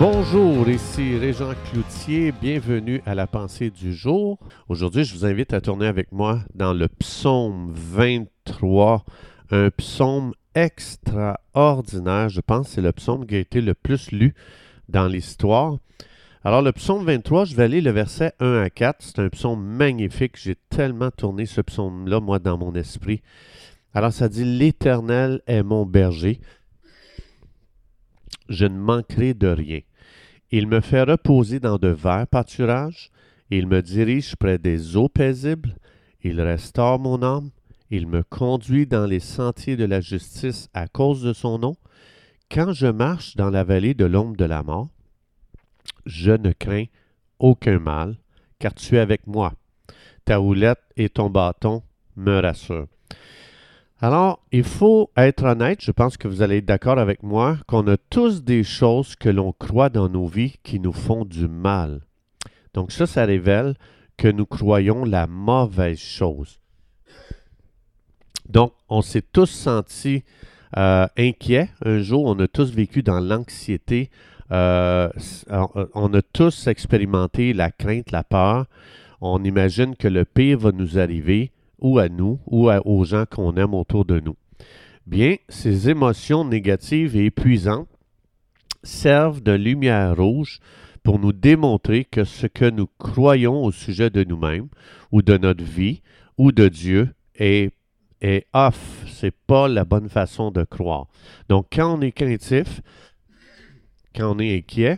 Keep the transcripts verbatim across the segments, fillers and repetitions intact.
Bonjour, ici Régent Cloutier, bienvenue à la pensée du jour. Aujourd'hui, je vous invite à tourner avec moi dans le psaume vingt-trois, un psaume extraordinaire. Je pense que c'est le psaume qui a été le plus lu dans l'histoire. Alors, le psaume vingt-trois, je vais aller le verset un à quatre. C'est un psaume magnifique. J'ai tellement tourné ce psaume-là, moi, dans mon esprit. Alors, ça dit « L'Éternel est mon berger. Je ne manquerai de rien. Il me fait reposer dans de verts pâturages. Il me dirige près des eaux paisibles. Il restaure mon âme. Il me conduit dans les sentiers de la justice à cause de son nom. Quand je marche dans la vallée de l'ombre de la mort, je ne crains aucun mal, car tu es avec moi. Ta houlette et ton bâton me rassurent. » Alors, il faut être honnête, je pense que vous allez être d'accord avec moi, qu'on a tous des choses que l'on croit dans nos vies qui nous font du mal. Donc ça, ça révèle que nous croyons la mauvaise chose. Donc, on s'est tous sentis euh, inquiets. Un jour, on a tous vécu dans l'anxiété. Euh, on a tous expérimenté la crainte, la peur. On imagine que le pire va nous arriver, ou à nous, ou à, aux gens qu'on aime autour de nous. Bien, ces émotions négatives et épuisantes servent de lumière rouge pour nous démontrer que ce que nous croyons au sujet de nous-mêmes, ou de notre vie, ou de Dieu, est, est off. C'est pas la bonne façon de croire. Donc, quand on est craintif, quand on est inquiet,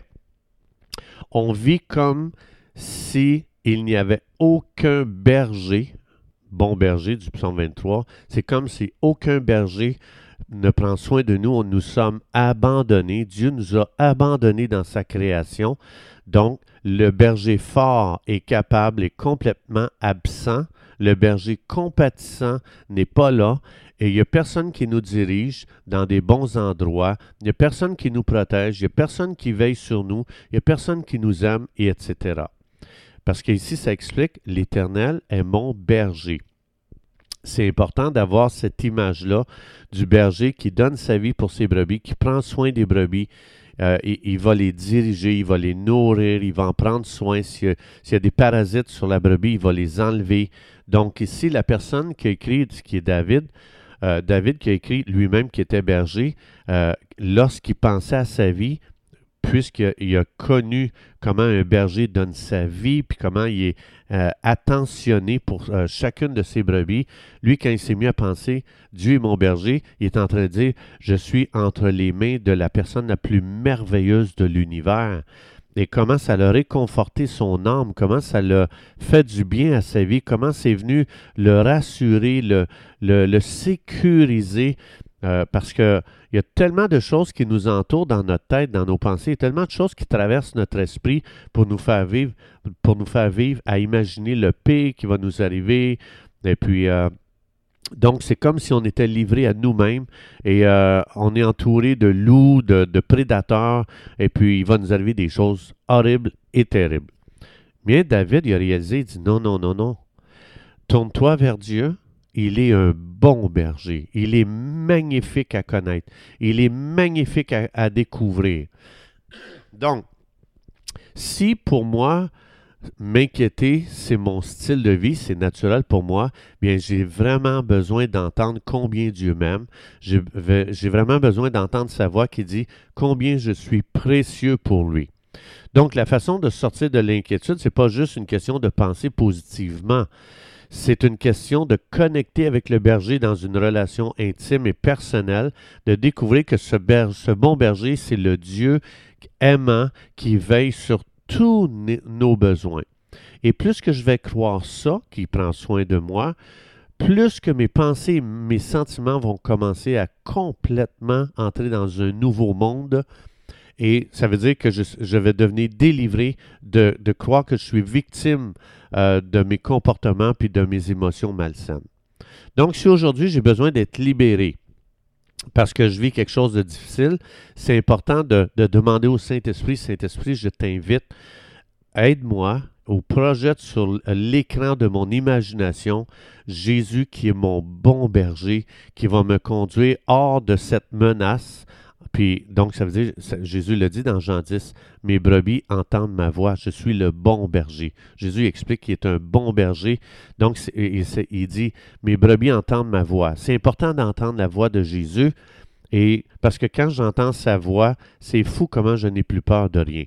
on vit comme s'il n'y avait aucun berger, bon berger du psaume vingt-trois, c'est comme si aucun berger ne prend soin de nous. On nous sommes abandonnés. Dieu nous a abandonnés dans sa création. Donc, le berger fort est capable, est complètement absent. Le berger compatissant n'est pas là. Et il n'y a personne qui nous dirige dans des bons endroits. Il n'y a personne qui nous protège. Il n'y a personne qui veille sur nous. Il n'y a personne qui nous aime, et et cetera. Parce qu'ici, ça explique « L'Éternel est mon berger ». C'est important d'avoir cette image-là du berger qui donne sa vie pour ses brebis, qui prend soin des brebis. Euh, il, il va les diriger, il va les nourrir, il va en prendre soin. S'il y a, s'il y a des parasites sur la brebis, il va les enlever. Donc ici, la personne qui a écrit, qui est David, euh, David qui a écrit lui-même qui était berger, euh, lorsqu'il pensait à sa vie, puisqu'il a connu comment un berger donne sa vie, puis comment il est euh, attentionné pour euh, chacune de ses brebis. Lui, quand il s'est mis à penser « Dieu est mon berger », il est en train de dire « Je suis entre les mains de la personne la plus merveilleuse de l'univers ». Et comment ça l'a réconforté son âme, comment ça l'a fait du bien à sa vie, comment c'est venu le rassurer, le, le, le sécuriser. Euh, parce qu'il y a tellement de choses qui nous entourent dans notre tête, dans nos pensées, il y a tellement de choses qui traversent notre esprit pour nous faire vivre, pour nous faire vivre à imaginer le pire qui va nous arriver. Et puis, euh, donc, c'est comme si on était livré à nous-mêmes et euh, on est entouré de loups, de, de prédateurs, et puis il va nous arriver des choses horribles et terribles. Mais David, il a réalisé, il dit non, non, non, non. Tourne-toi vers Dieu. Il est un bon berger. Il est magnifique à connaître. Il est magnifique à, à découvrir. Donc, si pour moi, m'inquiéter, c'est mon style de vie, c'est naturel pour moi, bien, j'ai vraiment besoin d'entendre combien Dieu m'aime. J'ai, j'ai vraiment besoin d'entendre sa voix qui dit combien je suis précieux pour lui. Donc, la façon de sortir de l'inquiétude, c'est pas juste une question de penser positivement. C'est une question de connecter avec le berger dans une relation intime et personnelle, de découvrir que ce, berger, ce bon berger, c'est le Dieu aimant qui veille sur tous nos besoins. Et plus que je vais croire ça, qui prend soin de moi, plus que mes pensées et mes sentiments vont commencer à complètement entrer dans un nouveau monde. Et ça veut dire que je, je vais devenir délivré de, de croire que je suis victime euh, de mes comportements puis de mes émotions malsaines. Donc, si aujourd'hui j'ai besoin d'être libéré parce que je vis quelque chose de difficile, c'est important de, de demander au Saint-Esprit, Saint-Esprit, je t'invite, aide-moi ou projette sur l'écran de mon imagination Jésus qui est mon bon berger, qui va me conduire hors de cette menace, Puis, donc, ça veut dire, ça- Jésus le dit dans Jean dix, mes brebis entendent ma voix, je suis le bon berger. Jésus explique qu'il est un bon berger. Donc, c'est- il, c'est- il dit, mes brebis entendent ma voix. C'est important d'entendre la voix de Jésus, et parce que quand j'entends sa voix, c'est fou comment je n'ai plus peur de rien.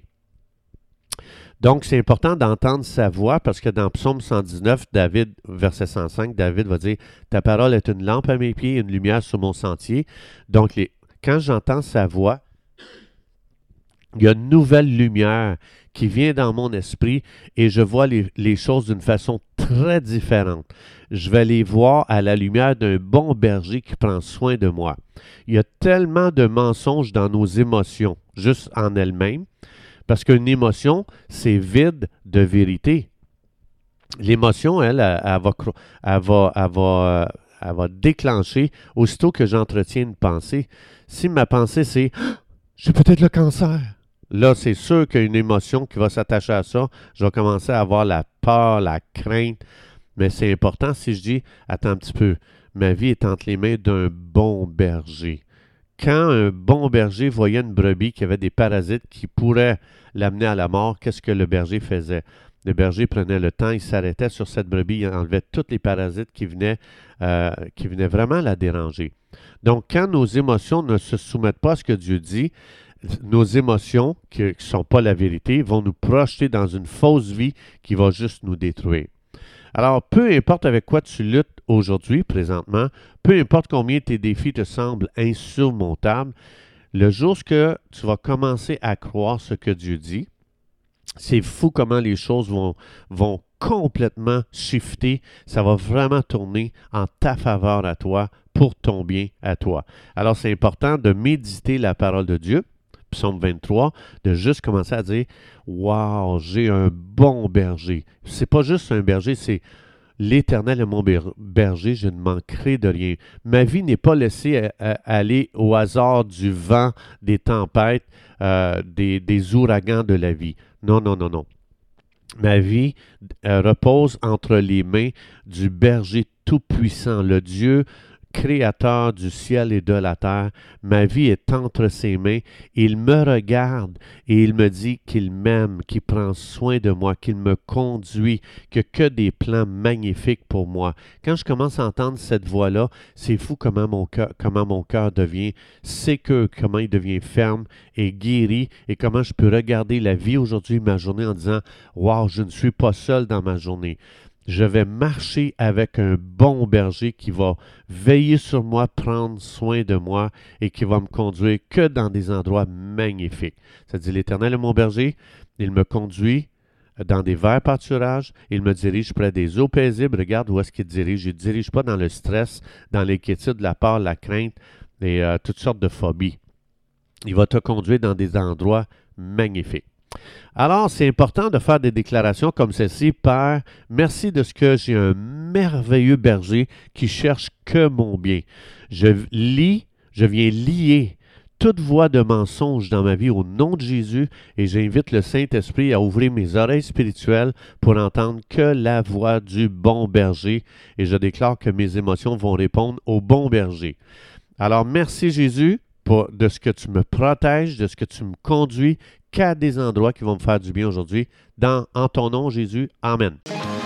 Donc, c'est important d'entendre sa voix parce que dans Psaume cent dix-neuf, David, verset cent cinq, David va dire, ta parole est une lampe à mes pieds, une lumière sur mon sentier. Donc, les, quand j'entends sa voix, il y a une nouvelle lumière qui vient dans mon esprit et je vois les, les choses d'une façon très différente. Je vais les voir à la lumière d'un bon berger qui prend soin de moi. Il y a tellement de mensonges dans nos émotions, juste en elles-mêmes, parce qu'une émotion, c'est vide de vérité. L'émotion, elle, elle, elle va, cro- elle va, elle va, euh, elle va déclencher aussitôt que j'entretiens une pensée. Si ma pensée, c'est «Ah, j'ai peut-être le cancer», là, c'est sûr qu'il y a une émotion qui va s'attacher à ça. Je vais commencer à avoir la peur, la crainte. Mais c'est important si je dis, attends un petit peu, ma vie est entre les mains d'un bon berger. Quand un bon berger voyait une brebis qui avait des parasites qui pourraient l'amener à la mort, qu'est-ce que le berger faisait? Le berger prenait le temps, il s'arrêtait sur cette brebis, il enlevait tous les parasites qui venaient, euh, qui venaient vraiment la déranger. Donc, quand nos émotions ne se soumettent pas à ce que Dieu dit, nos émotions, qui ne sont pas la vérité, vont nous projeter dans une fausse vie qui va juste nous détruire. Alors, peu importe avec quoi tu luttes aujourd'hui, présentement, peu importe combien tes défis te semblent insurmontables, le jour que tu vas commencer à croire ce que Dieu dit, c'est fou comment les choses vont, vont complètement shifter. Ça va vraiment tourner en ta faveur à toi, pour ton bien à toi. Alors, c'est important de méditer la parole de Dieu. Psaume vingt-trois, de juste commencer à dire « Wow, j'ai un bon berger ». C'est pas juste un berger, c'est l'Éternel est mon ber- berger, je ne manquerai de rien. Ma vie n'est pas laissée à- à aller au hasard du vent, des tempêtes, euh, des, des ouragans de la vie. Non, non, non, non. Ma vie euh, repose entre les mains du berger tout-puissant, le Dieu créateur du ciel et de la terre. Ma vie est entre ses mains. Il me regarde et il me dit qu'il m'aime, qu'il prend soin de moi, qu'il me conduit, qu'il n'y a que des plans magnifiques pour moi. Quand je commence à entendre cette voix-là, c'est fou comment mon cœur, comment mon cœur devient sécure, comment il devient ferme et guéri, et comment je peux regarder la vie aujourd'hui, ma journée, en disant « Wow, je ne suis pas seul dans ma journée ». Je vais marcher avec un bon berger qui va veiller sur moi, prendre soin de moi et qui va me conduire que dans des endroits magnifiques. Ça dit, l'Éternel est mon berger, il me conduit dans des verts pâturages, il me dirige près des eaux paisibles. Regarde où est-ce qu'il te dirige. Il ne te dirige pas dans le stress, dans l'inquiétude, la peur, la crainte et euh, toutes sortes de phobies. Il va te conduire dans des endroits magnifiques. Alors, c'est important de faire des déclarations comme celle-ci. Père, merci de ce que j'ai un merveilleux berger qui cherche que mon bien. Je lis, je viens lier toute voix de mensonge dans ma vie au nom de Jésus et j'invite le Saint-Esprit à ouvrir mes oreilles spirituelles pour entendre que la voix du bon berger et je déclare que mes émotions vont répondre au bon berger. Alors, merci Jésus pour, de ce que tu me protèges, de ce que tu me conduis qu'à des endroits qui vont me faire du bien aujourd'hui. Dans, en ton nom, Jésus. Amen.